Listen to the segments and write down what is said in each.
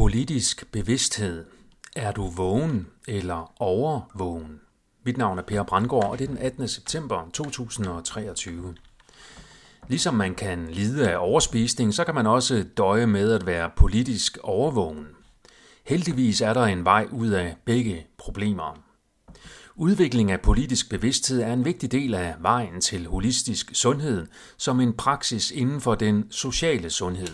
Politisk bevidsthed. Er du vågen eller overvågen? Mit navn er Per Brandgaard, og det er den 18. september 2023. Ligesom man kan lide af overspisning, så kan man også døje med at være politisk overvågen. Heldigvis er der en vej ud af begge problemer. Udvikling af politisk bevidsthed er en vigtig del af vejen til holistisk sundhed, som en praksis inden for den sociale sundhed.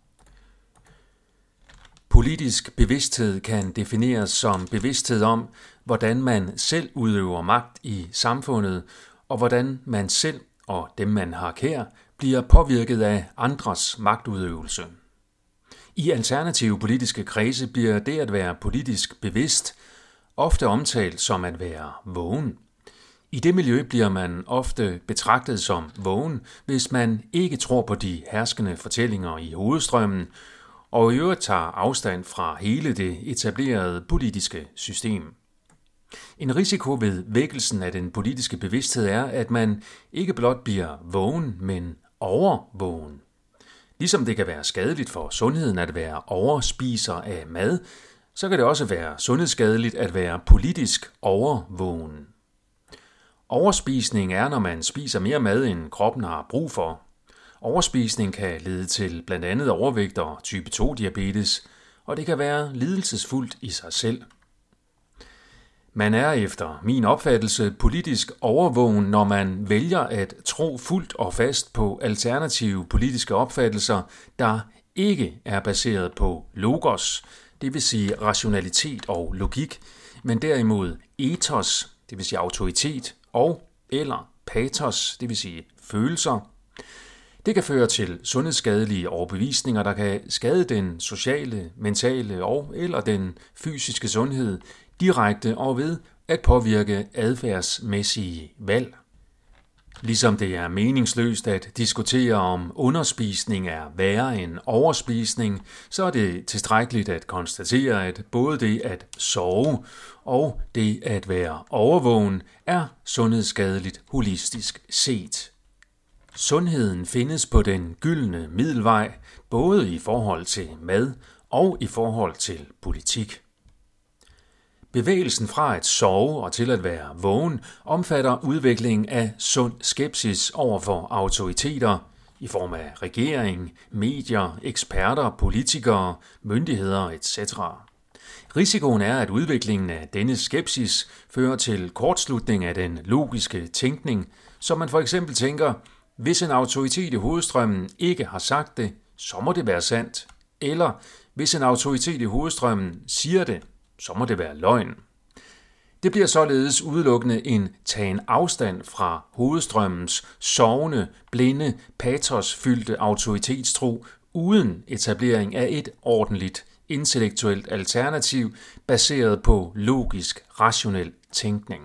Politisk bevidsthed kan defineres som bevidsthed om, hvordan man selv udøver magt i samfundet, og hvordan man selv og dem man har kær bliver påvirket af andres magtudøvelse. I alternative politiske kredse bliver det at være politisk bevidst ofte omtalt som at være vågen. I det miljø bliver man ofte betragtet som vågen, hvis man ikke tror på de herskende fortællinger i hovedstrømmen, og i øvrigt tager afstand fra hele det etablerede politiske system. En risiko ved vækkelsen af den politiske bevidsthed er, at man ikke blot bliver vågen, men overvågen. Ligesom det kan være skadeligt for sundheden at være overspiser af mad, så kan det også være sundhedsskadeligt at være politisk overvågen. Overspisning er, når man spiser mere mad, end kroppen har brug for. Overspisning kan lede til blandt andet overvægt og type 2-diabetes, og det kan være lidelsesfuldt i sig selv. Man er efter min opfattelse politisk overvågen, når man vælger at tro fuldt og fast på alternative politiske opfattelser, der ikke er baseret på logos, det vil sige rationalitet og logik, men derimod ethos, det vil sige autoritet, og eller pathos, det vil sige følelser. Det kan føre til sundhedsskadelige overbevisninger, der kan skade den sociale, mentale og eller den fysiske sundhed direkte og ved at påvirke adfærdsmæssige valg. Ligesom det er meningsløst at diskutere om underspisning er værre end overspisning, så er det tilstrækkeligt at konstatere, at både det at sove og det at være overvågen er sundhedsskadeligt holistisk set. Sundheden findes på den gyldne middelvej, både i forhold til mad og i forhold til politik. Bevægelsen fra at sove og til at være vågen omfatter udviklingen af sund skepsis over for autoriteter i form af regering, medier, eksperter, politikere, myndigheder etc. Risikoen er, at udviklingen af denne skepsis fører til kortslutning af den logiske tænkning, så man for eksempel tænker, hvis en autoritet i hovedstrømmen ikke har sagt det, så må det være sandt. Eller hvis en autoritet i hovedstrømmen siger det, så må det være løgn. Det bliver således udelukkende en tagen afstand fra hovedstrømmens sovende, blinde, patosfyldte autoritetstro uden etablering af et ordentligt, intellektuelt alternativ baseret på logisk, rationel tænkning.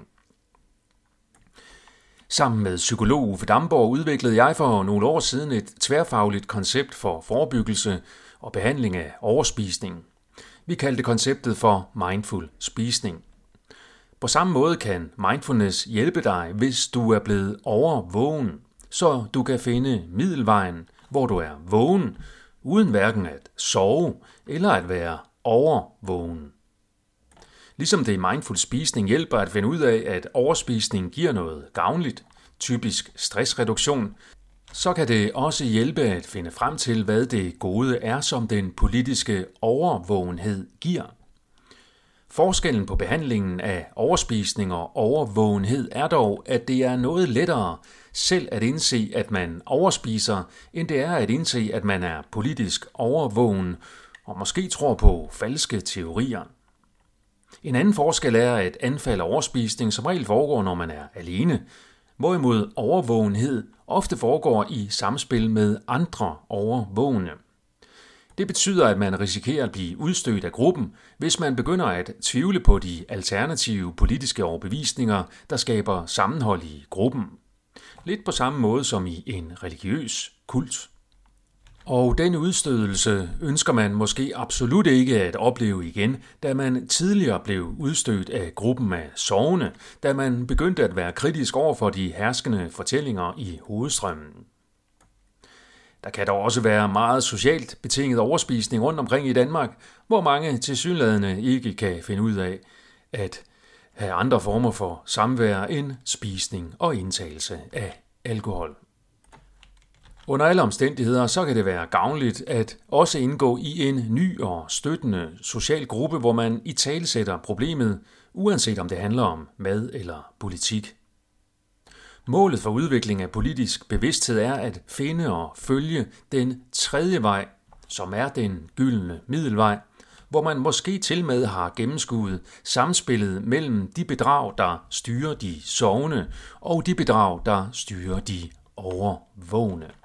Sammen med psykolog Uffe Damborg udviklede jeg for nogle år siden et tværfagligt koncept for forebyggelse og behandling af overspisning. Vi kaldte konceptet for mindful spisning. På samme måde kan mindfulness hjælpe dig, hvis du er blevet overvågen, så du kan finde middelvejen, hvor du er vågen, uden hverken at sove eller at være overvågen. Ligesom det i mindful spisning hjælper at finde ud af, at overspisning giver noget gavnligt, typisk stressreduktion, så kan det også hjælpe at finde frem til, hvad det gode er, som den politiske overvågenhed giver. Forskellen på behandlingen af overspisning og overvågenhed er dog, at det er noget lettere selv at indse, at man overspiser, end det er at indse, at man er politisk overvågen og måske tror på falske teorier. En anden forskel er, at anfald af overspisning som regel foregår, når man er alene, hvorimod overvågenhed ofte foregår i samspil med andre overvågne. Det betyder, at man risikerer at blive udstødt af gruppen, hvis man begynder at tvivle på de alternative politiske overbevisninger, der skaber sammenhold i gruppen. Lidt på samme måde som i en religiøs kult. Og den udstødelse ønsker man måske absolut ikke at opleve igen, da man tidligere blev udstødt af gruppen af sovende, da man begyndte at være kritisk over for de herskende fortællinger i hovedstrømmen. Der kan dog også være meget socialt betinget overspisning rundt omkring i Danmark, hvor mange tilsyneladende ikke kan finde ud af at have andre former for samvær end spisning og indtagelse af alkohol. Under alle omstændigheder så kan det være gavnligt at også indgå i en ny og støttende social gruppe, hvor man italesætter problemet, uanset om det handler om mad eller politik. Målet for udvikling af politisk bevidsthed er at finde og følge den tredje vej, som er den gyldne middelvej, hvor man måske til med har gennemskuet samspillet mellem de bedrag, der styrer de sovende, og de bedrag, der styrer de overvågne.